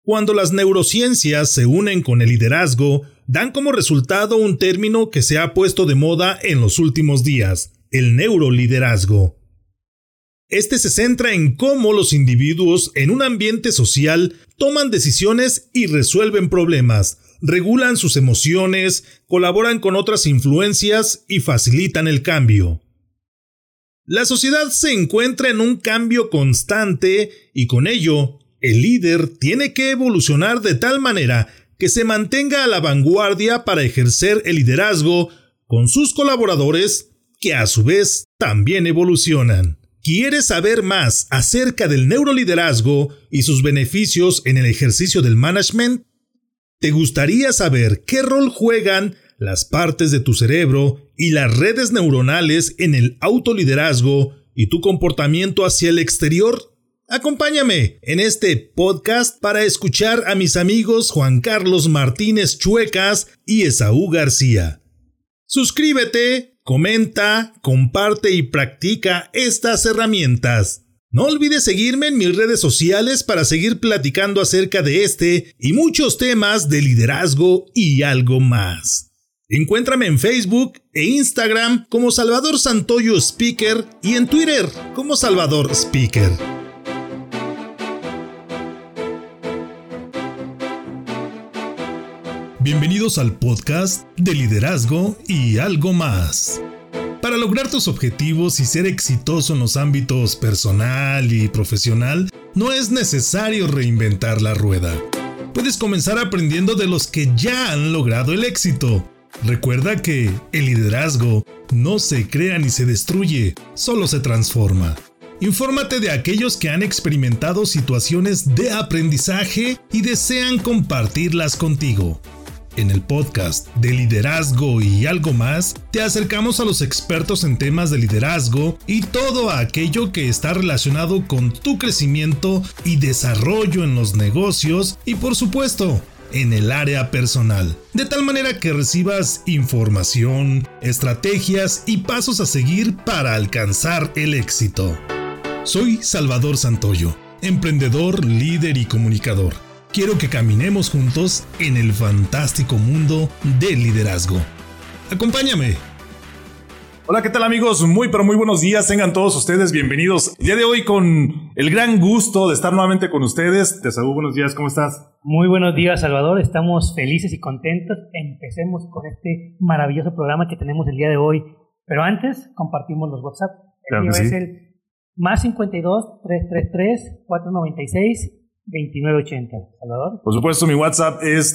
Cuando las neurociencias se unen con el liderazgo, dan como resultado un término que se ha puesto de moda en los últimos días, el neuroliderazgo. Este se centra en cómo los individuos en un ambiente social toman decisiones y resuelven problemas, regulan sus emociones, colaboran con otras influencias y facilitan el cambio. La sociedad se encuentra en un cambio constante y con ello, el líder tiene que evolucionar de tal manera que se mantenga a la vanguardia para ejercer el liderazgo con sus colaboradores que a su vez también evolucionan. ¿Quieres saber más acerca del neuroliderazgo y sus beneficios en el ejercicio del management? ¿Te gustaría saber qué rol juegan las partes de tu cerebro y las redes neuronales en el autoliderazgo y tu comportamiento hacia el exterior? Acompáñame en este podcast para escuchar a mis amigos Juan Carlos Martínez Chuecas y Esaú García. Suscríbete, comenta, comparte y practica estas herramientas. No olvides seguirme en mis redes sociales para seguir platicando acerca de este y muchos temas de liderazgo y algo más. Encuéntrame en Facebook e Instagram como Salvador Santoyo Speaker y en Twitter como Salvador Speaker. Bienvenidos al podcast de liderazgo y algo más. Para lograr tus objetivos y ser exitoso en los ámbitos personal y profesional, no es necesario reinventar la rueda. Puedes comenzar aprendiendo de los que ya han logrado el éxito. Recuerda que el liderazgo no se crea ni se destruye, solo se transforma. Infórmate de aquellos que han experimentado situaciones de aprendizaje y desean compartirlas contigo. En el podcast de liderazgo y algo más, te acercamos a los expertos en temas de liderazgo y todo aquello que está relacionado con tu crecimiento y desarrollo en los negocios y, por supuesto, en el área personal, de tal manera que recibas información, estrategias y pasos a seguir para alcanzar el éxito. Soy Salvador Santoyo, emprendedor, líder y comunicador. Quiero que caminemos juntos en el fantástico mundo del liderazgo. ¡Acompáñame! Hola, ¿qué tal amigos? Muy buenos días. Tengan todos ustedes bienvenidos. El día de hoy con el gran gusto de estar nuevamente con ustedes. Te saludo, buenos días, ¿cómo estás? Muy buenos días, Salvador. Estamos felices y contentos. Empecemos con este maravilloso programa que tenemos el día de hoy. Pero antes, compartimos los WhatsApp. Claro que sí. Es el más 52 333 496 2980, Salvador. Por supuesto, mi WhatsApp es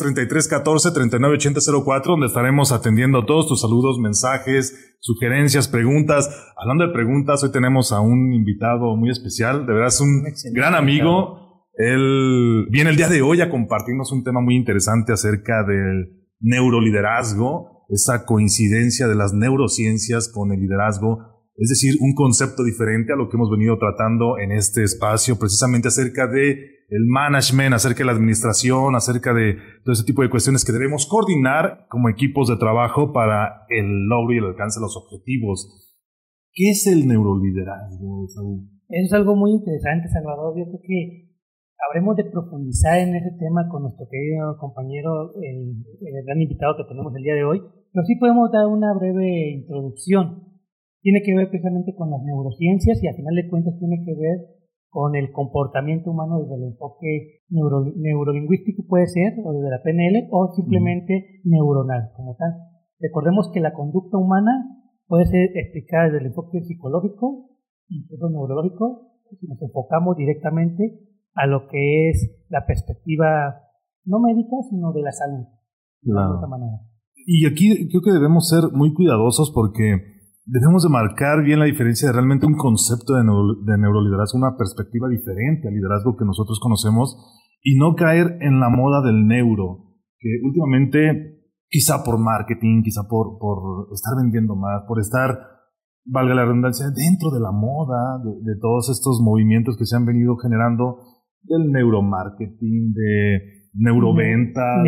3314-398004, donde estaremos atendiendo todos tus saludos, mensajes, sugerencias, preguntas. Hablando de preguntas, hoy tenemos a un invitado muy especial, de verdad es un gran amigo. Él viene el día de hoy a compartirnos un tema muy interesante acerca del neuroliderazgo, esa coincidencia de las neurociencias con el liderazgo. Es decir, un concepto diferente a lo que hemos venido tratando en este espacio, precisamente acerca de el management, acerca de la administración, acerca de todo ese tipo de cuestiones que debemos coordinar como equipos de trabajo para el logro y el alcance de los objetivos. ¿Qué es el neuroliderazgo, Saúl? Eso es algo muy interesante, Salvador. Yo creo que habremos de profundizar en ese tema con nuestro querido compañero, el gran invitado que tenemos el día de hoy, pero sí podemos dar una breve introducción. Tiene que ver precisamente con las neurociencias y a final de cuentas tiene que ver con el comportamiento humano desde el enfoque neurolingüístico, puede ser, o desde la PNL, o simplemente neuronal como tal. Recordemos que la conducta humana puede ser explicada desde el enfoque psicológico, incluso neurológico, si nos enfocamos directamente a lo que es la perspectiva no médica, sino de la salud, claro. De otra manera. Y aquí creo que debemos ser muy cuidadosos porque debemos de marcar bien la diferencia de realmente un concepto de neuroliderazgo, una perspectiva diferente al liderazgo que nosotros conocemos y no caer en la moda del neuro, que últimamente, quizá por marketing, quizá por estar vendiendo más, por estar, valga la redundancia, dentro de la moda, de todos estos movimientos que se han venido generando del neuromarketing, de neuroventas,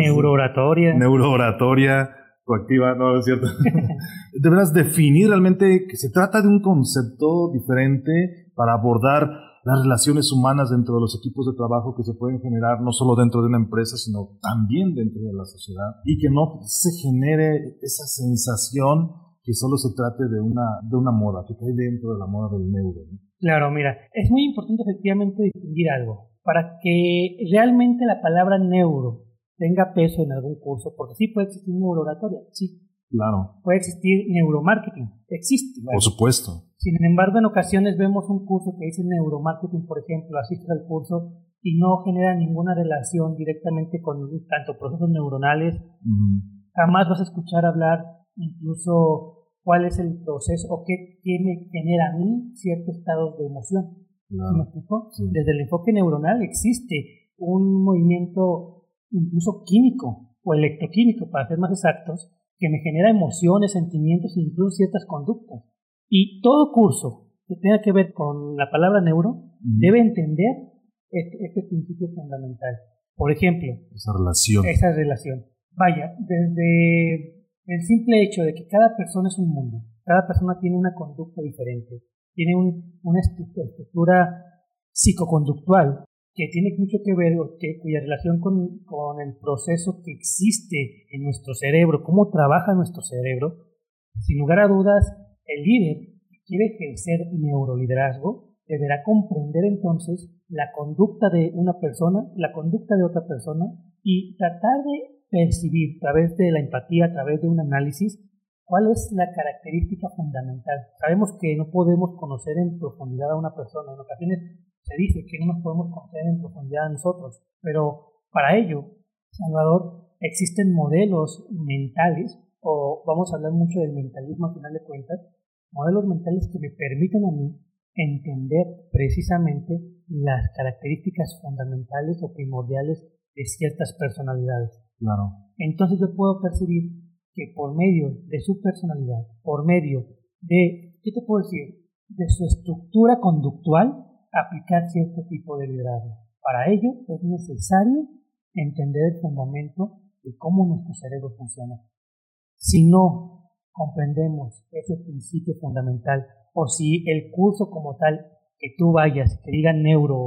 neurooratoria, coactiva, no es cierto. Deberás definir realmente que se trata de un concepto diferente para abordar las relaciones humanas dentro de los equipos de trabajo que se pueden generar no solo dentro de una empresa, sino también dentro de la sociedad, y que no se genere esa sensación que solo se trate de una moda, que cae dentro de la moda del neuro, ¿no? Claro, mira, es muy importante efectivamente distinguir algo. Para que realmente la palabra neuro tenga peso en algún curso, porque sí puede existir neurooratoria, sí. Claro. Puede existir neuromarketing, existe. Por supuesto. Sin embargo, en ocasiones vemos un curso que dice neuromarketing, por ejemplo, asistes al curso y no genera ninguna relación directamente con tanto procesos neuronales. Jamás vas a escuchar hablar incluso cuál es el proceso o qué me genera a mí ciertos estados de emoción. Claro. ¿Sí me explico? Sí. Desde el enfoque neuronal existe un movimiento incluso químico o electroquímico, para ser más exactos, que me genera emociones, sentimientos e incluso ciertas conductas. Y todo curso que tenga que ver con la palabra neuro debe entender este principio fundamental. Por ejemplo, esa relación. Vaya, desde el simple hecho de que cada persona es un mundo, cada persona tiene una conducta diferente, tiene una estructura psicoconductual que tiene mucho que ver, cuya relación con el proceso que existe en nuestro cerebro, cómo trabaja nuestro cerebro. Sin lugar a dudas, el líder que quiere ejercer neuroliderazgo deberá comprender entonces la conducta de una persona, la conducta de otra persona, y tratar de percibir a través de la empatía, a través de un análisis, cuál es la característica fundamental. Sabemos que no podemos conocer en profundidad a una persona. En ocasiones se dice que no nos podemos conocer en profundidad a nosotros, pero para ello, Salvador, existen modelos mentales, o vamos a hablar mucho del mentalismo al final de cuentas, modelos mentales que me permiten a mí entender precisamente las características fundamentales o primordiales de ciertas personalidades. Claro. Entonces yo puedo percibir que por medio de su personalidad, por medio de, ¿qué te puedo decir?, de su estructura conductual, aplicar cierto tipo de liderazgo. Para ello es necesario entender el fundamento de cómo nuestro cerebro funciona. Si no comprendemos ese principio fundamental, o si el curso como tal que tú vayas, que diga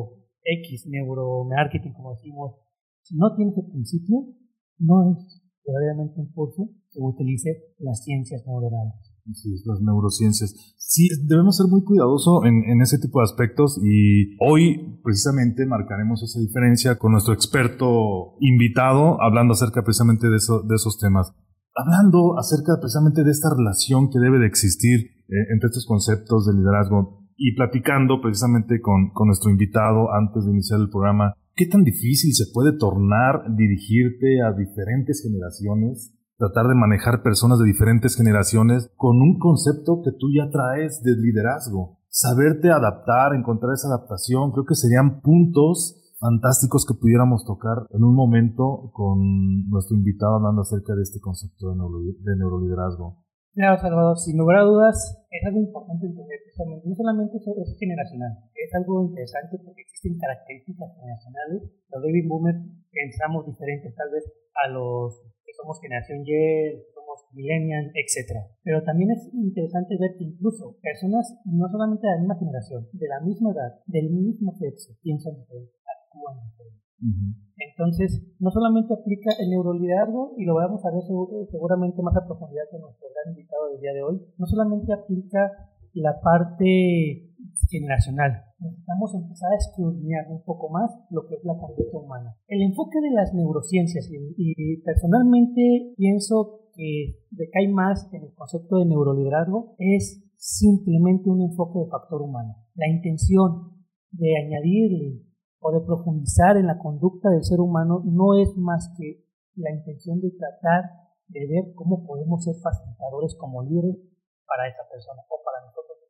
neuromarketing, como decimos, si no tiene ese principio, no es verdaderamente un curso que utilice las ciencias neuronales. Sí, las neurociencias. Sí, debemos ser muy cuidadosos en ese tipo de aspectos, y hoy precisamente marcaremos esa diferencia con nuestro experto invitado, hablando acerca precisamente de esos temas. Hablando acerca precisamente de esta relación que debe de existir entre estos conceptos de liderazgo, y platicando precisamente con nuestro invitado antes de iniciar el programa, ¿qué tan difícil se puede tornar dirigirte a diferentes generaciones? Tratar de manejar personas de diferentes generaciones con un concepto que tú ya traes de liderazgo. Saberte adaptar, encontrar esa adaptación, creo que serían puntos fantásticos que pudiéramos tocar en un momento con nuestro invitado hablando acerca de este concepto de neuroliderazgo. Claro, Salvador, sin lugar a dudas, es algo importante entender precisamente. No solamente eso es generacional, es algo interesante porque existen características generacionales. Los baby boomers pensamos diferentes tal vez a los que somos generación Y, somos millennials, etc. Pero también es interesante ver que incluso personas no solamente de la misma generación, de la misma edad, del mismo sexo, piensan diferente, actúan diferente. Entonces, no solamente aplica el neuroliderazgo, y lo vamos a ver seguramente más a profundidad con nuestro gran invitado del día de hoy, no solamente aplica la parte generacional, necesitamos empezar a escudriñar un poco más lo que es la conducta humana. El enfoque de las neurociencias, y personalmente pienso que recae más en el concepto de neuroliderazgo, es simplemente un enfoque de factor humano. La intención de añadirle o de profundizar en la conducta del ser humano no es más que la intención de tratar de ver cómo podemos ser facilitadores como líderes para esa persona o para nosotros.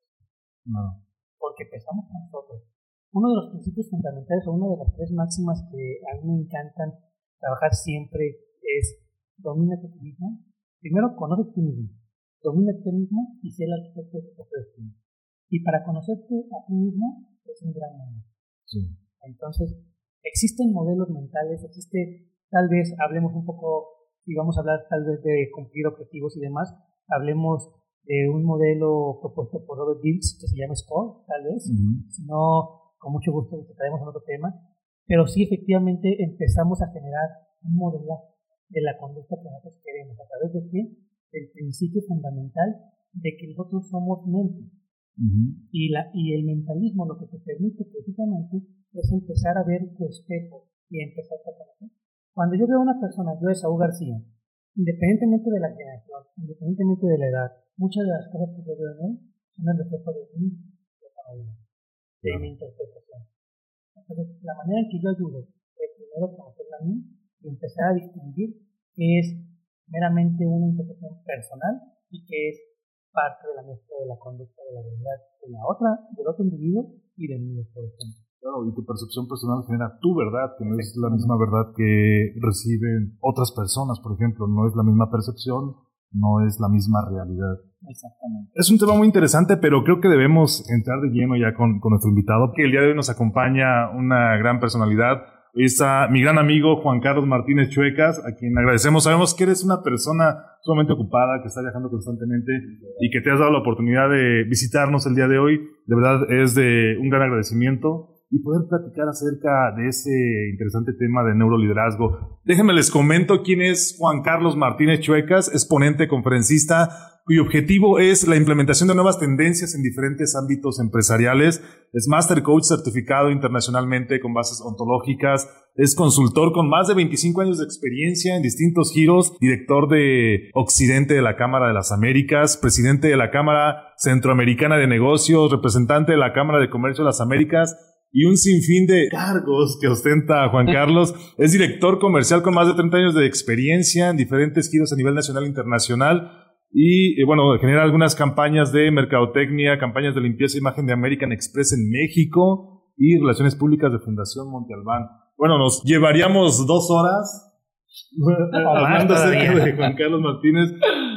No. Porque empezamos con nosotros. Uno de los principios fundamentales, o una de las tres máximas que a mí me encantan trabajar siempre, es: domínate a ti mismo. Primero, conoce a ti mismo. Domínate a ti mismo y sé el arquitecto de tu propio destino. Y para conocerte a ti mismo es un gran momento. Sí. Entonces, existen modelos mentales, tal vez hablemos un poco, si vamos a hablar tal vez de cumplir objetivos y demás, hablemos de un modelo propuesto por Robert Dills que se llama SCORE, tal vez. Si no, con mucho gusto te traemos en otro tema, pero sí efectivamente empezamos a generar un modelo de la conducta que nosotros queremos, a través de qué, del principio fundamental de que nosotros somos mente. Y el mentalismo lo que te permite precisamente es empezar a ver tu espejo y empezar a conocer. Cuando yo veo a una persona, yo de Saúl García, independientemente de la generación, independientemente de la edad, muchas de las cosas que yo veo en él son el reflejo de mi personalidad, de mi interpretación. Entonces, la manera en que yo ayudo es primero conocerla a mí y empezar a distinguir que es meramente una interpretación personal y que es parte de la mezcla de la conducta de la realidad de la otra, del otro individuo y del mío, por ejemplo. Claro, y tu percepción personal genera tu verdad, que no es la misma verdad que reciben otras personas, por ejemplo. No es la misma percepción, no es la misma realidad. Exactamente. Es un tema muy interesante, pero creo que debemos entrar de lleno ya con nuestro invitado, que el día de hoy nos acompaña una gran personalidad. Es mi gran amigo Juan Carlos Martínez Chuecas, a quien agradecemos. Sabemos que eres una persona sumamente ocupada, que está viajando constantemente y que te has dado la oportunidad de visitarnos el día de hoy. De verdad es de un gran agradecimiento y poder platicar acerca de ese interesante tema de neuroliderazgo. Déjenme les comento quién es Juan Carlos Martínez Chuecas, es ponente, conferencista, cuyo objetivo es la implementación de nuevas tendencias en diferentes ámbitos empresariales. Es Master Coach certificado internacionalmente con bases ontológicas. Es consultor con más de 25 años de experiencia en distintos giros, director de Occidente de la Cámara de las Américas, presidente de la Cámara Centroamericana de Negocios, representante de la Cámara de Comercio de las Américas, y un sinfín de cargos que ostenta Juan Carlos. Es director comercial con más de 30 años de experiencia en diferentes giros a nivel nacional e internacional. Y bueno, genera algunas campañas de mercadotecnia, campañas de limpieza e imagen de American Express en México y relaciones públicas de Fundación Monte Albán. Bueno, nos llevaríamos 2 horas hablando acerca de Juan Carlos Martínez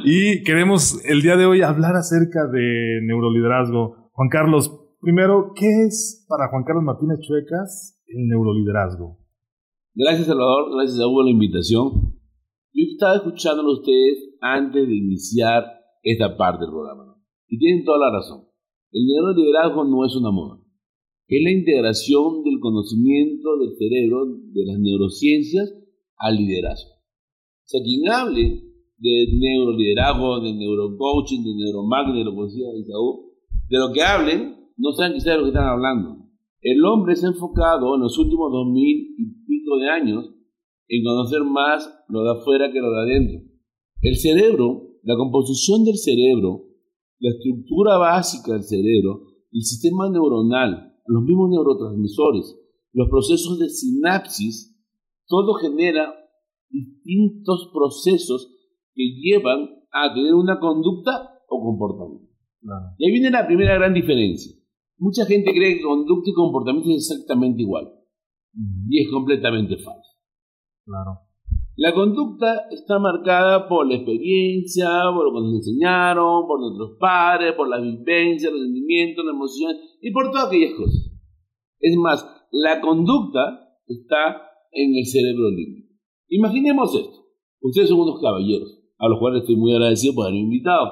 y queremos el día de hoy hablar acerca de neuroliderazgo. Juan Carlos, primero, ¿qué es para Juan Carlos Martínez Chuecas el neuroliderazgo? Gracias, Salvador. Gracias a Hugo por la invitación. Yo estaba escuchándolo a ustedes antes de iniciar esta parte del programa, ¿no? Y tienen toda la razón. El neuroliderazgo no es una moda. Es la integración del conocimiento del cerebro, de las neurociencias, al liderazgo. O sea, quien hable de neuroliderazgo, de neurocoaching, de neuromarketing, de lo que decía Isaú, de lo que hablen, no saben quizás de lo que están hablando. El hombre se ha enfocado en los últimos 2000 y pico de años en conocer más lo de afuera que lo de adentro. El cerebro, la composición del cerebro, la estructura básica del cerebro, el sistema neuronal, los mismos neurotransmisores, los procesos de sinapsis, todo genera distintos procesos que llevan a tener una conducta o comportamiento. Claro. Y ahí viene la primera gran diferencia. Mucha gente cree que conducta y comportamiento es exactamente igual. Y es completamente falso. Claro. La conducta está marcada por la experiencia, por lo que nos enseñaron, por nuestros padres, por las vivencias, los sentimientos, las emociones y por todas aquellas cosas. Es más, la conducta está en el cerebro límbico. Imaginemos esto. Ustedes son unos caballeros, a los cuales estoy muy agradecido por haberme invitado.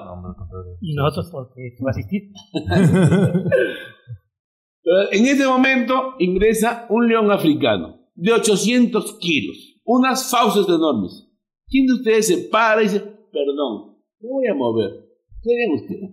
Y nosotros porque tú asististe. En este momento ingresa un león africano de 800 kilos, unas fauces enormes. ¿Quién de ustedes se para y dice, perdón, me voy a mover? ¿Qué harían ustedes?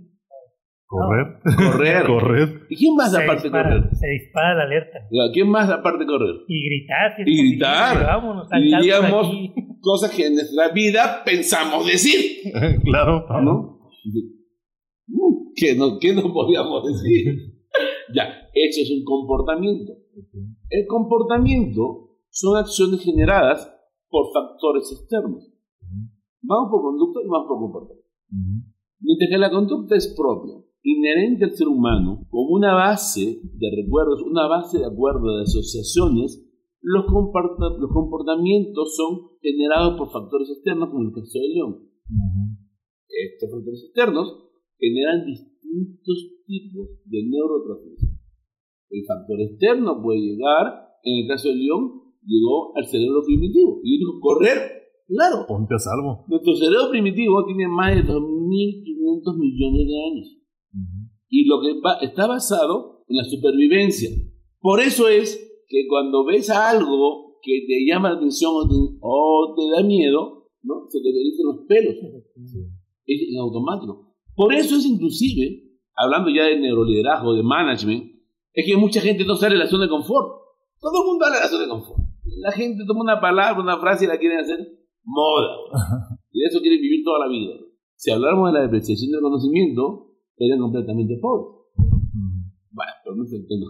Correr. ¿Y quién más aparte de correr? Se dispara la alerta. ¿Quién más aparte de correr? Y gritar. Y gritar. Vámonos, y digamos cosas que en nuestra vida pensamos decir. Claro. ¿No? ¿Qué no podíamos decir? Ya, eso es un comportamiento. El comportamiento son acciones generadas por factores externos. Vamos por conducta y vamos por comportamiento. Mientras que la conducta es propia, inherente al ser humano, como una base de recuerdos, una base de acuerdo, de asociaciones, los comportamientos son generados por factores externos, como el caso del león. Estos factores externos generan distintos tipos de neurotransmisores. El factor externo puede llegar, en el caso del león, llegó al cerebro primitivo y dijo, correr, claro. Ponte a salvo. Nuestro cerebro primitivo tiene más de 2.500 millones de años. Y lo que está basado en la supervivencia. Por eso es que cuando ves algo que te llama la atención o te da miedo, ¿no? Se te erizan los pelos. Es en automático. Por eso es inclusive, hablando ya de neuroliderazgo, de management, es que mucha gente no sale de la zona de confort. Todo el mundo habla de la zona de confort. La gente toma una palabra, una frase y la quieren hacer moda. Y de eso quieren vivir toda la vida. Si habláramos de la depreciación del conocimiento, serían completamente pobres. Bueno, pero no se entiende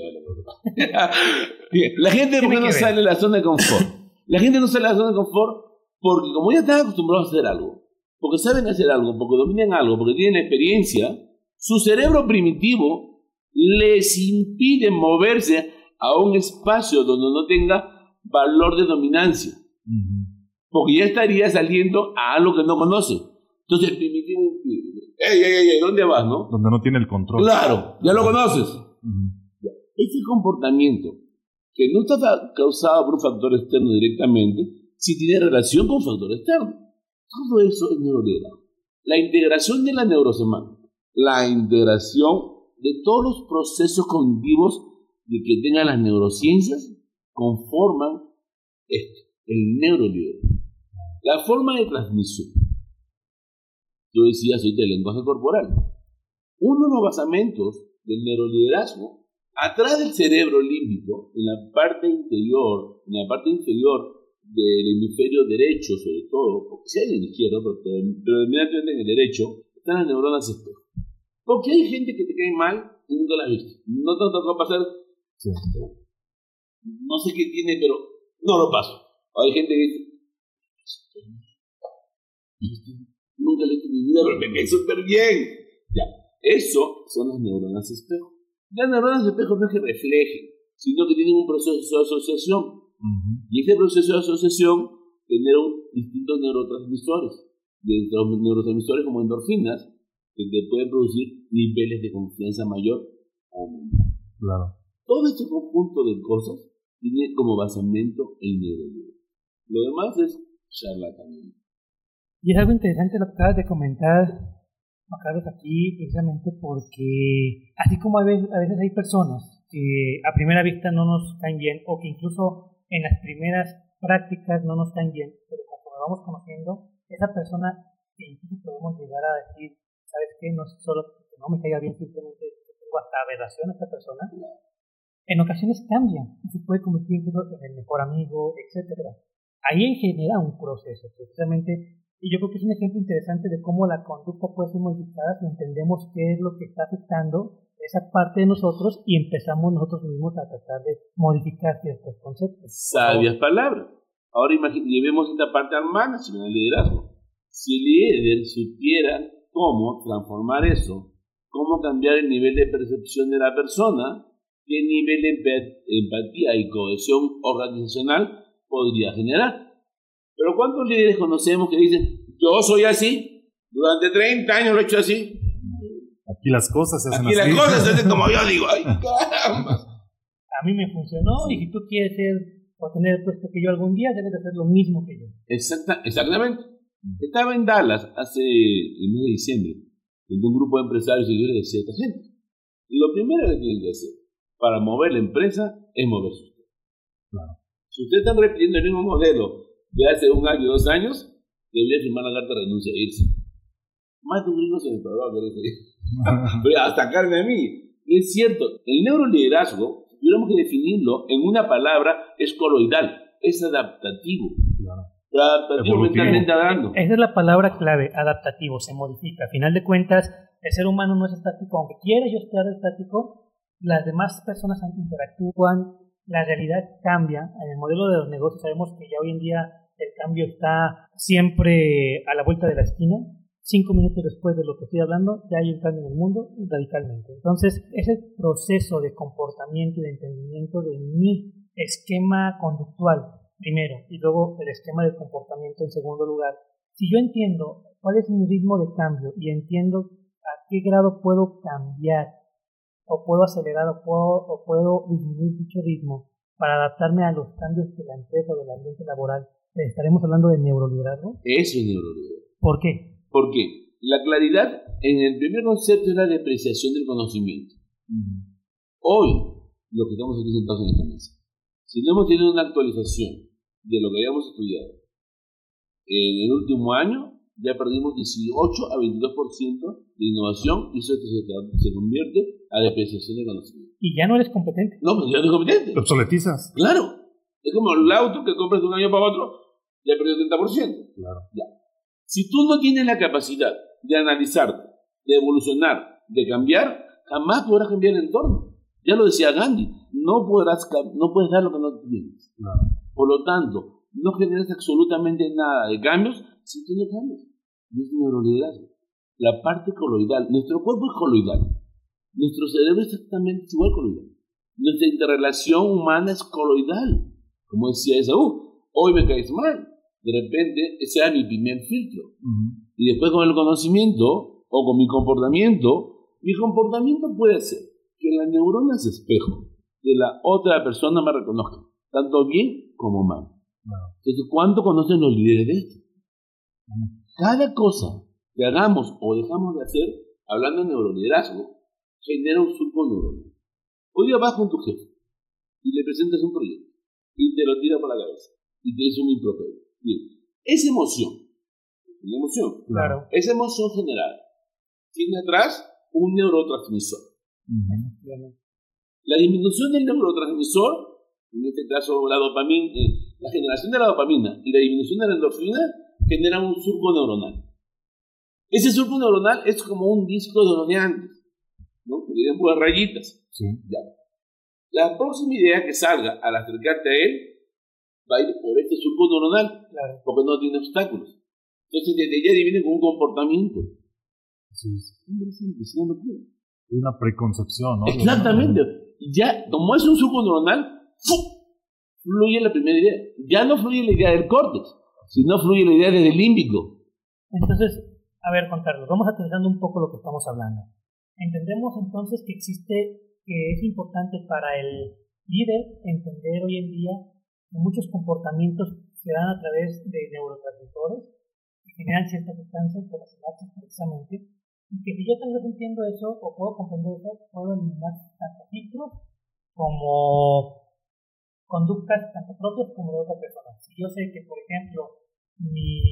la gente ¿por qué no sale de la zona de confort? La gente no sale de la zona de confort porque como ya están acostumbrados a hacer algo, porque saben hacer algo, porque dominan algo, porque tienen experiencia, su cerebro primitivo les impide moverse a un espacio donde no tenga valor de dominancia. Porque ya estaría saliendo a algo que no conoce. Entonces el primitivo impide. ¡Ey! ¿Dónde vas, no? Donde no tiene el control. Claro, ya lo conoces. Ese comportamiento que no está causado por un factor externo directamente, sí tiene relación con un factor externo. Todo eso es neuroliderazgo. La integración de la neurosemántica, la integración de todos los procesos cognitivos de que tengan las neurociencias conforman el neuroliderazgo. La forma de transmisión. Yo decía, soy del lenguaje corporal. Uno de los basamentos del neuroliderazgo, atrás del cerebro límbico, en la parte interior, en la parte inferior del hemisferio derecho, sobre todo, porque si hay en el izquierdo, pero predominantemente en el derecho, están las neuronas espejo. Porque hay gente que te cae mal y nunca la viste. No te tocó pasar. Sí. No sé qué tiene, pero no lo paso. Hay gente que dice, nunca le he mi vida, pero me cae súper bien. Ya, eso son las neuronas espejo. Las neuronas espejo no es que reflejen, sino que tienen un proceso de asociación. Y ese proceso de asociación genera distintos neurotransmisores. De los neurotransmisores como endorfinas, que te pueden producir niveles de confianza mayor o menor. Claro. Todo este conjunto de cosas tiene como basamento el neuroliderazgo. Lo demás es charlatanismo. Y es algo interesante lo que acabas de comentar, Carlos, aquí precisamente porque así como a veces hay personas que a primera vista no nos caen bien o que incluso en las primeras prácticas no nos caen bien, pero conforme vamos conociendo, esa persona que incluso podemos llegar a decir, ¿sabes qué? No solo que no me caiga bien, simplemente tengo hasta aberración a esta persona, en ocasiones cambian y se puede convertir incluso en el mejor amigo, etc. Ahí genera un proceso, precisamente. Y yo creo que es un ejemplo interesante de cómo la conducta puede ser modificada si entendemos qué es lo que está afectando esa parte de nosotros y empezamos nosotros mismos a tratar de modificar ciertos conceptos. Sabias palabras. Ahora llevemos esta parte al management, al liderazgo. Si el líder supiera cómo transformar eso, cómo cambiar el nivel de percepción de la persona, qué nivel de empatía y cohesión organizacional podría generar. Pero ¿cuántos líderes conocemos que dicen, yo soy así, durante 30 años lo he hecho así? Aquí las cosas se hacen así. Aquí las cosas se hacen como yo digo. ¡Ay, caramba! A mí me funcionó y si tú quieres ser o tener el puesto que yo algún día, debes de hacer lo mismo que yo. Exactamente. Estaba en Dallas hace el mes de diciembre, en un grupo de empresarios y yo les decía a esta gente, lo primero que tienen que hacer para mover la empresa es moverse usted. Claro. Si ustedes están repitiendo el mismo modelo de hace 1 año, 2 años, debería firmar la carta de renuncia e irse. Más de un gringo se me pagó por eso. Pero a sacarme a mí. Y es cierto, el neuroliderazgo, si tuviéramos que definirlo en una palabra, es coloidal, es adaptativo. Claro. Adaptativo mentalmente hablando. Esa es la palabra clave, adaptativo, se modifica. A final de cuentas, el ser humano no es estático, aunque quiera yo estar estático, las demás personas interactúan, la realidad cambia. En el modelo de los negocios sabemos que ya hoy en día el cambio está siempre a la vuelta de la esquina. 5 minutos después de lo que estoy hablando, ya hay un cambio en el mundo radicalmente. Entonces, ese proceso de comportamiento y de entendimiento de mi esquema conductual, primero, y luego el esquema de comportamiento en segundo lugar. Si yo entiendo cuál es mi ritmo de cambio y entiendo a qué grado puedo cambiar, o puedo acelerar, o puedo disminuir dicho ritmo para adaptarme a los cambios de la empresa o del ambiente laboral, ¿estaremos hablando de neuroliderazgo? Eso es neuroliderazgo. ¿Por qué? Porque la claridad en el primer concepto es la depreciación del conocimiento. Hoy, los que estamos aquí sentados en esta mesa. Si no hemos tenido una actualización de lo que habíamos estudiado en el último año, ya perdimos 18 a 22% de innovación y eso se convierte a depreciación de conocimiento. Y ya no eres competente. No, pues ya no eres competente. Te obsoletizas. Claro. Es como el auto que compras de un año para otro, ya perdió 30%. Claro. Ya. Si tú no tienes la capacidad de analizarte, de evolucionar, de cambiar, jamás podrás cambiar el entorno. Ya lo decía Gandhi, no puedes dar lo que no tienes. Claro. Por lo tanto, no generas absolutamente nada de cambios si tú no cambias. No es neuroliderazgo. La parte coloidal, nuestro cuerpo es coloidal. Nuestro cerebro exactamente es igual coloidal. Nuestra interrelación humana es coloidal. Como decía Esaú, hoy me caes mal. De repente, ese era mi primer filtro. Y después con el conocimiento o con mi comportamiento puede ser que las neuronas espejo de la otra persona me reconozcan, tanto bien como mal. Entonces, ¿cuánto conocen los líderes de esto? Cada cosa que hagamos o dejamos de hacer, hablando de neuroliderazgo, genera un surco neuronal. Hoy día vas con tu jefe y le presentas un proyecto y te lo tira por la cabeza y te dice un impropio. Bien, esa emoción, Claro. esa emoción generada tiene atrás un neurotransmisor. La disminución del neurotransmisor, en este caso la dopamina, la generación de la dopamina y la disminución de la endorfina generan un surco neuronal. Ese surco neuronal es como un disco de neuroneantes, ¿no? Que tiene pues rayitas. Sí. Ya. La próxima idea que salga al acercarte a él va a ir por este surco neuronal, Claro. porque no tiene obstáculos. Entonces desde ella viene con un comportamiento. Sí. Es una locura. Hay una preconcepción, ¿no? Exactamente. Ya, como es un surco neuronal, ¡fum!, fluye la primera idea. Ya no fluye la idea del córtex, sino fluye la idea desde el límbico. Entonces, a ver, Juan Carlos, vamos aterrizando un poco lo que estamos hablando. Entendemos entonces que es importante para el líder entender hoy en día que muchos comportamientos se dan a través de neurotransmisores que generan ciertas sustancias por las sinapsis precisamente, y que si yo tal vez entiendo eso o puedo comprender eso, puedo eliminar tanto filtros como conductas tanto propias como de otra persona. Si yo sé que, por ejemplo, mi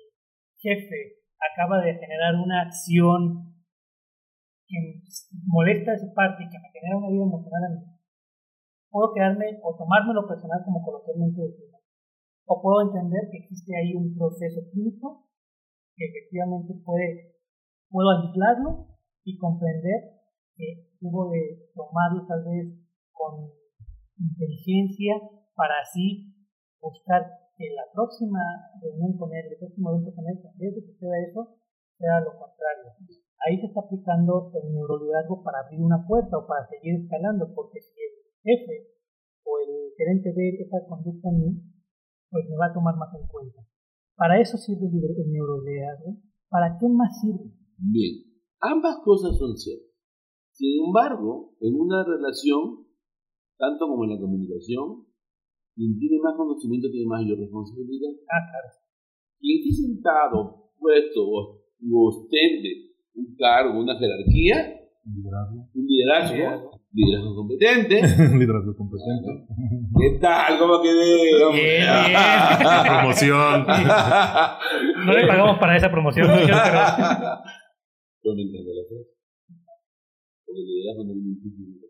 jefe acaba de generar una acción que molesta a esa parte y que me genera una vida emocional a mí, puedo quedarme o tomármelo personal como coloquialmente decimos, o puedo entender que existe ahí un proceso químico que efectivamente puedo aislarlo y comprender que debo de tomarlo tal vez con inteligencia para así buscar que la próxima reunión con él, el próximo evento con él, en vez de que sea eso, sea lo contrario. Ahí se está aplicando el neuroliderazgo para abrir una puerta o para seguir escalando, porque si el jefe o el gerente ve esa conducta en mí, pues me va a tomar más en cuenta. Para eso sirve el neuroliderazgo. ¿Para qué más sirve? Bien, ambas cosas son ciertas. Sin embargo, en una relación, tanto como en la comunicación, quien tiene más conocimiento tiene mayor responsabilidad. Claro. Quien esté sentado, puesto o ostente un cargo, una jerarquía, un liderazgo competente. Liderazgo competente. ¿Qué tal? ¿Cómo quedé? Bien. Promoción. No le pagamos para esa promoción, pero Yo me entiendo la frase. Porque el liderazgo no es un título.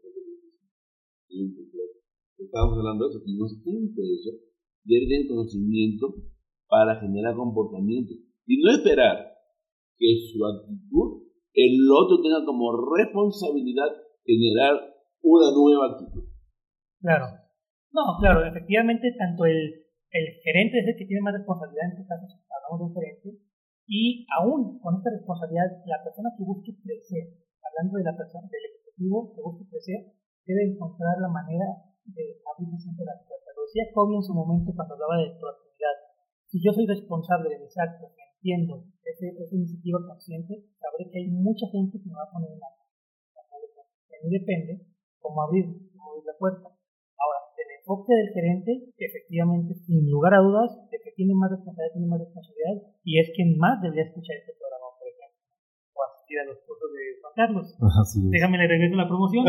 Estábamos hablando de eso, y no siempre eso debe tener conocimiento para generar comportamiento y no esperar que su actitud el otro tenga como responsabilidad generar una nueva actitud. Claro. No, claro, efectivamente, tanto el gerente es el que tiene más responsabilidad, en este caso hablamos de un gerente, y aún con esta responsabilidad, la persona que busque crecer, hablando de la persona, del ejecutivo que busque crecer, debe encontrar la manera de abrir siempre las puertas. Lo decía Covey en su momento cuando hablaba de proactividad. Si yo soy responsable de mis actos, entiendo esa iniciativa consciente, sabré que hay mucha gente que me va a poner en la mano. De mí depende cómo abrir la puerta. Ahora, del enfoque del gerente, efectivamente, sin lugar a dudas, de que tiene más responsabilidad, y es quien más debería escuchar este programa, por ejemplo. asistir a los cursos de Juan Carlos. Así es. Déjame le regreso la promoción.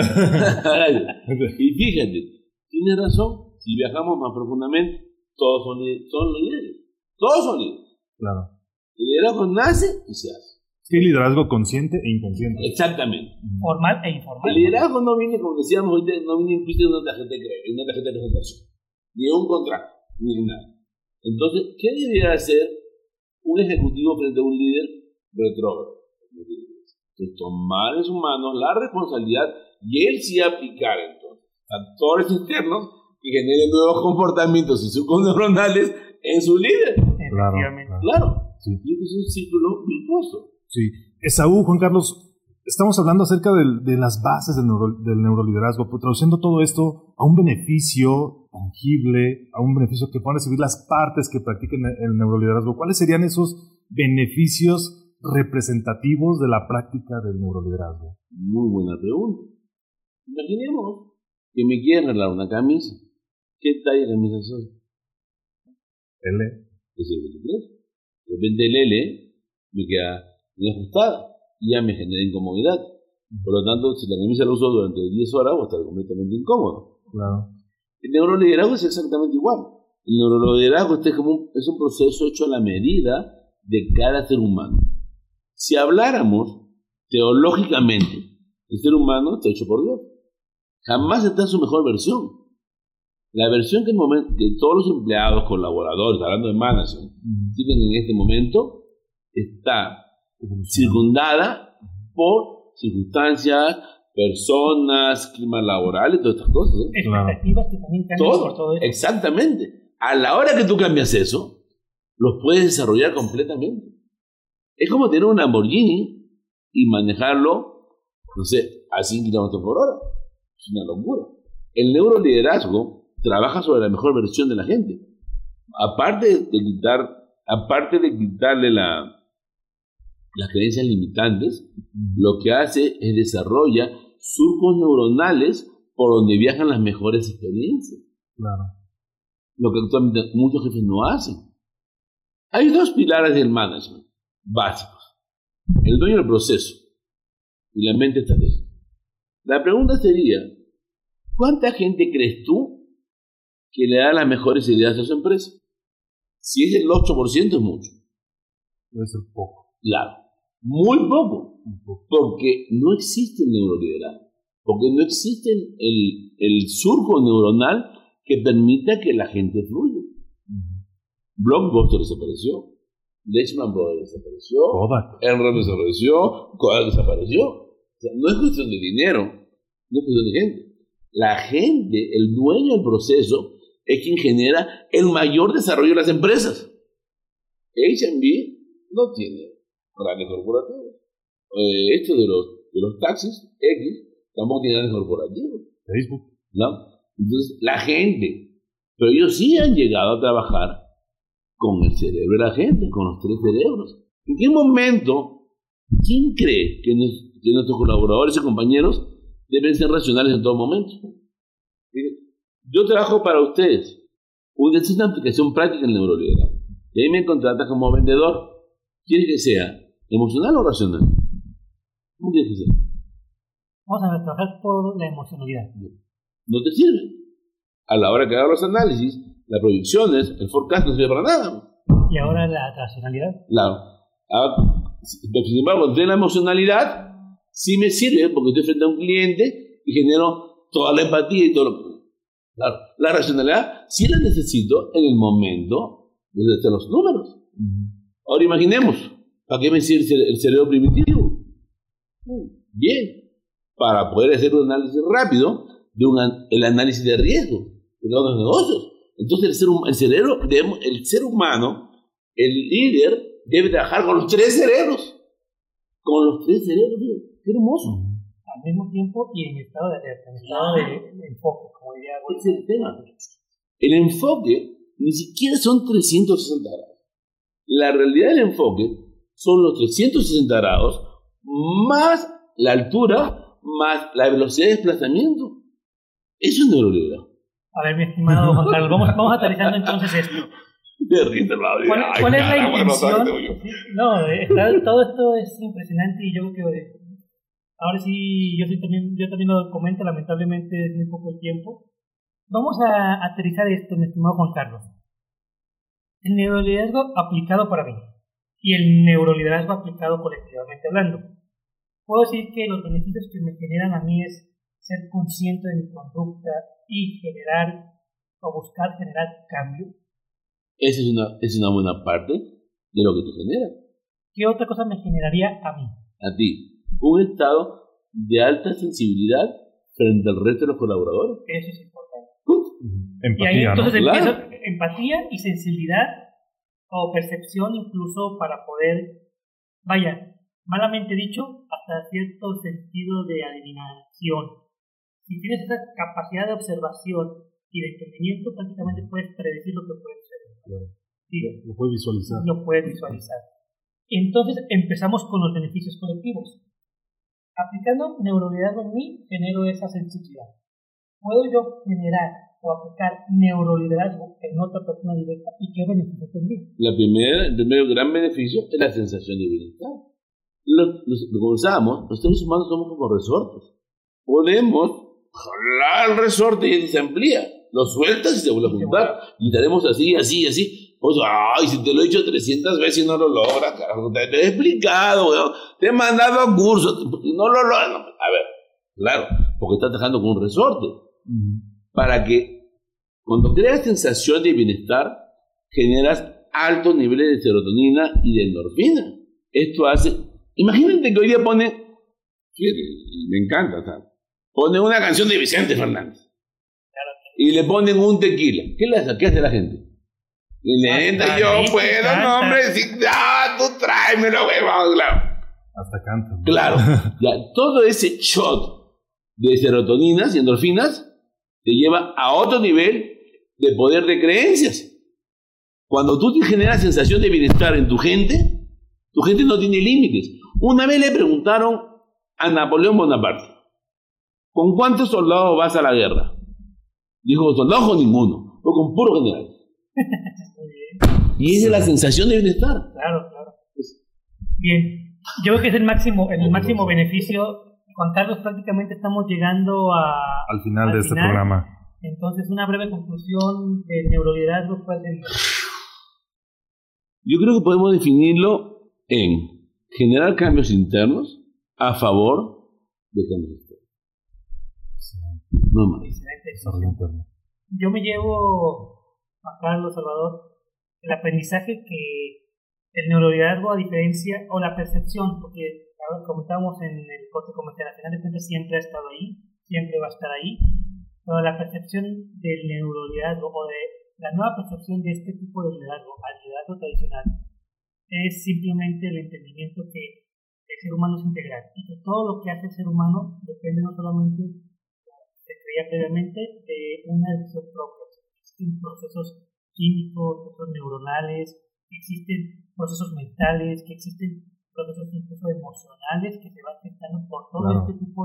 Y fíjate, tienes razón, si viajamos más profundamente, todos son líderes. Todos son líderes. Claro. El liderazgo nace y se hace. Sí, liderazgo consciente e inconsciente. Exactamente. Formal e informal. El liderazgo no viene, como decíamos ahorita, no viene implícito en una tarjeta de presentación, ni en un contrato, ni en nada. Entonces, ¿qué debería hacer un ejecutivo frente a un líder retrógrado? Entonces, tomar en sus manos la responsabilidad y él sí aplicar entonces factores externos que generen nuevos comportamientos y neuronales en su líder. Claro. Sí. Y es un círculo virtuoso. Sí. Esaú, Juan Carlos, estamos hablando acerca de las bases del neuroliderazgo, pues, traduciendo todo esto a un beneficio tangible, a un beneficio que puedan recibir las partes que practiquen el neuroliderazgo. ¿Cuáles serían esos beneficios representativos de la práctica del neuroliderazgo? Muy buena pregunta. Imaginemos que me quieren regalar una camisa. ¿Qué talla de camisa soy? L. Es el 23. De repente el L me queda muy ajustada y ya me genera incomodidad. Por lo tanto, si la camisa la uso durante 10 horas, voy a estar completamente incómodo. Claro. El neuroliderazgo es exactamente igual. El neuroliderazgo es un proceso hecho a la medida de cada ser humano. Si habláramos teológicamente, el ser humano está hecho por Dios. Jamás está en su mejor versión. La versión que todos los empleados, colaboradores, hablando de management, tienen en este momento, está circundada por circunstancias, personas, clima laboral y todas estas cosas. Expectativas que también cambian por todo eso. Exactamente. A la hora que tú cambias eso, los puedes desarrollar completamente. Es como tener un Lamborghini y manejarlo, no sé, a 100 km por hora. Es una locura. El neuroliderazgo trabaja sobre la mejor versión de la gente. Aparte de quitarle las creencias limitantes, lo que hace es desarrolla surcos neuronales por donde viajan las mejores experiencias. Claro. Lo que actualmente muchos jefes no hacen. Hay dos pilares del management básicos: el dueño del proceso y la mente estratégica. La pregunta sería: ¿cuánta gente crees tú que le da las mejores ideas a su empresa? Si es el 8%, es mucho. Debe ser poco. Claro, muy poco. Porque no existe el neuroliderazgo. Porque no existe el surco neuronal que permita que la gente fluya. Blockbuster desapareció. Lehman Brothers desapareció. Enron desapareció. Kodak desapareció. O sea, no es cuestión de dinero. No es cuestión de gente. La gente, el dueño del proceso, es quien genera el mayor desarrollo de las empresas. H&B no tiene grandes corporativos. Esto de los taxis, X, tampoco tiene grandes corporativos. Facebook. ¿No? Entonces, la gente, pero ellos sí han llegado a trabajar con el cerebro de la gente, con los 3 cerebros. ¿En qué momento, quién cree que nuestros colaboradores y compañeros deben ser racionales en todo momento? Yo trabajo para ustedes. Es una aplicación práctica en neuroliderazgo. Y ahí me contratas como vendedor. ¿Quieres que sea emocional o racional? ¿Cómo quieres que sea? Vamos a trabajar por la emocionalidad. No te sirve. A la hora que hago los análisis, las proyecciones, el forecast no sirve para nada. Y ahora la racionalidad. Claro. Sin embargo, cuando tengo la emocionalidad, sí me sirve porque estoy frente a un cliente y genero toda la empatía y todo lo que... Claro, la racionalidad sí la necesito en el momento de hacer los números. Ahora imaginemos, ¿para qué me sirve el cerebro primitivo? Bien, para poder hacer un análisis rápido de el análisis de riesgo de los negocios. Entonces el ser humano, el líder, debe trabajar con los 3 cerebros. Con los 3 cerebros, qué hermoso. Al mismo tiempo y en estado de enfoque, como diría. Ese es el tema. El enfoque ni siquiera son 360 grados. La realidad del enfoque son los 360 grados más la altura más la velocidad de desplazamiento. Eso es neuroliderazgo. A ver, mi estimado Juan Carlos, vamos aterrizando entonces esto. De risa, ¿Cuál es la intención? Todo esto es impresionante y yo creo que ahora sí, yo también lo comento, lamentablemente es muy poco el tiempo. Vamos a aterrizar esto, mi estimado Juan Carlos. El neuroliderazgo aplicado para mí y el neuroliderazgo aplicado colectivamente hablando. Puedo decir que los beneficios que me generan a mí es ser consciente de mi conducta y generar o buscar generar cambio. Esa es una buena parte de lo que te genera. ¿Qué otra cosa me generaría a mí? A ti. Un estado de alta sensibilidad frente al resto de los colaboradores. Eso es importante. Empatía, y ahí entonces empieza Claro. empatía y sensibilidad o percepción incluso para poder, malamente dicho, hasta cierto sentido de adivinación. Si tienes esa capacidad de observación y de entendimiento, prácticamente puedes predecir lo que puede suceder. Claro. Sí, Lo puedes visualizar. lo puedes visualizar. Entonces empezamos con los beneficios colectivos. Aplicando neuroliderazgo en mí, genero esa sensibilidad. ¿Puedo yo generar o aplicar neuroliderazgo en otra persona directa y qué beneficio tendría? El primer gran beneficio es la sensación de bienestar. Lo conversábamos, los seres humanos somos como resortes. Podemos jalar el resorte y se amplía. Lo sueltas y se vuelve a juntar. Y estaremos así. Pues, si te lo he dicho 300 veces y no lo logras, carajo. Te he explicado, weón. Te he mandado a cursos y no lo logras. A ver, claro, porque estás trabajando con un resorte. Para que cuando creas sensación de bienestar, generas altos niveles de serotonina y de endorfina. Esto hace... Imagínate que hoy día pone... Fíjate, me encanta, ¿sabes? Ponen una canción de Vicente Fernández. Y le ponen un tequila. ¿Qué hace la gente? Y le entra, yo puedo, no, hombre, tú tráemelo, huevón, claro. Hasta cantan. Claro, ya, todo ese shot de serotoninas y endorfinas te lleva a otro nivel de poder de creencias. Cuando tú te generas sensación de bienestar en tu gente no tiene límites. Una vez le preguntaron a Napoleón Bonaparte, ¿con cuántos soldados vas a la guerra? Dijo, soldados con ninguno, o con puro general. Y esa es la sensación de bienestar. Claro. Bien, yo creo que es el máximo beneficio. Juan Carlos, prácticamente estamos llegando al final de este programa. Entonces, una breve conclusión del neuroliderazgo. Yo creo que podemos definirlo en generar cambios internos a favor de cambios externos. No más. Excelente. Yo me llevo, Juan Carlos, Salvador, el aprendizaje que el neuroliderazgo, a diferencia, o la percepción, porque como estábamos en el corte comercial, al final de cuentas siempre ha estado ahí, siempre va a estar ahí, pero la percepción del neuroliderazgo o de la nueva percepción de este tipo de liderazgo al liderazgo tradicional es simplemente el entendimiento que el ser humano es integral y que todo lo que hace el ser humano depende no solamente, como se creía previamente, de una decisión propia. Existen procesos químicos, procesos neuronales, existen procesos mentales, que existen procesos incluso emocionales que se van afectando por todo este tipo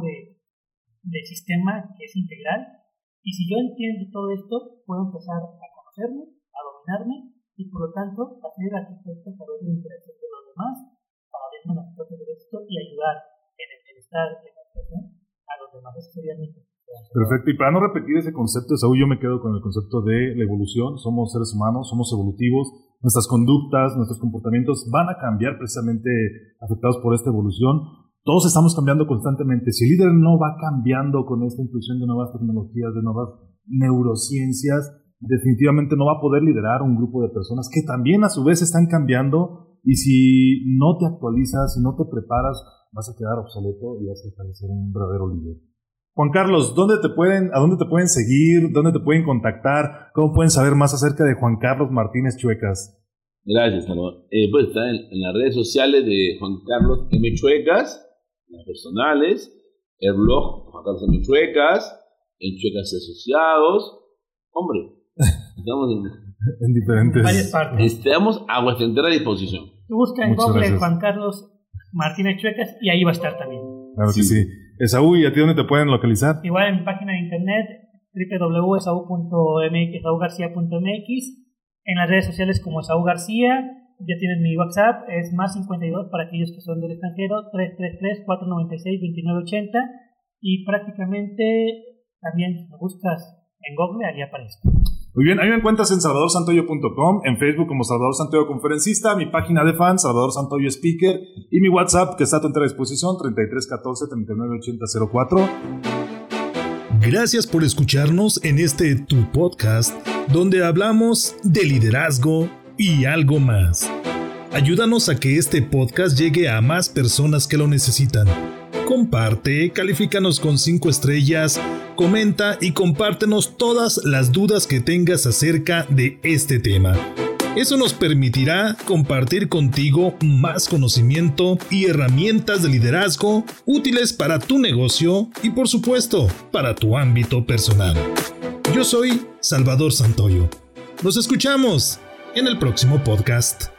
de sistema que es integral. Y si yo entiendo todo esto, puedo empezar a conocerme, a dominarme y por lo tanto hacer arquitectos a través de la interacción de los demás para abrirme las puertas de éxito y ayudar en el bienestar de la persona a los demás. Eso sería mi conclusión. Perfecto, y para no repetir ese concepto, Saúl, yo me quedo con el concepto de la evolución. Somos seres humanos, somos evolutivos, nuestras conductas, nuestros comportamientos van a cambiar precisamente afectados por esta evolución. Todos estamos cambiando constantemente. Si el líder no va cambiando con esta inclusión de nuevas tecnologías, de nuevas neurociencias, definitivamente no va a poder liderar un grupo de personas que también a su vez están cambiando, y si no te actualizas, si no te preparas, vas a quedar obsoleto y vas a dejar de ser un verdadero líder. Juan Carlos, ¿a dónde te pueden seguir? ¿Dónde te pueden contactar? ¿Cómo pueden saber más acerca de Juan Carlos Martínez Chuecas? Gracias, Salvador. Pues está en las redes sociales de Juan Carlos M. Chuecas, las personales, el blog Juan Carlos M. Chuecas, en Chuecas Asociados. Hombre, estamos en diferentes varias partes. Estamos a vuestra entera disposición. Tú busca en Google Juan Carlos Martínez Chuecas y ahí va a estar también. Claro que sí. Esaú, ¿y a ti dónde te pueden localizar? Igual en mi página de internet www.esaú.mx, esaugarcia.mx, En las redes sociales como Saúl García, ya tienen mi WhatsApp, es más 52 para aquellos que son del extranjero, 333-496-2980, y prácticamente también me buscas en Google, ahí aparezco. Muy bien, ahí me encuentras en salvadorsantoyo.com, en Facebook como Salvador Santoyo Conferencista, mi página de fans, Salvador Santoyo Speaker, y mi WhatsApp que está a tu entera disposición, 3314-398004. Gracias por escucharnos en este Tu Podcast, donde hablamos de liderazgo y algo más. Ayúdanos a que este podcast llegue a más personas que lo necesitan. Comparte, califícanos con 5 estrellas, comenta y compártenos todas las dudas que tengas acerca de este tema. Eso nos permitirá compartir contigo más conocimiento y herramientas de liderazgo útiles para tu negocio y, por supuesto, para tu ámbito personal. Yo soy Salvador Santoyo. Nos escuchamos en el próximo podcast.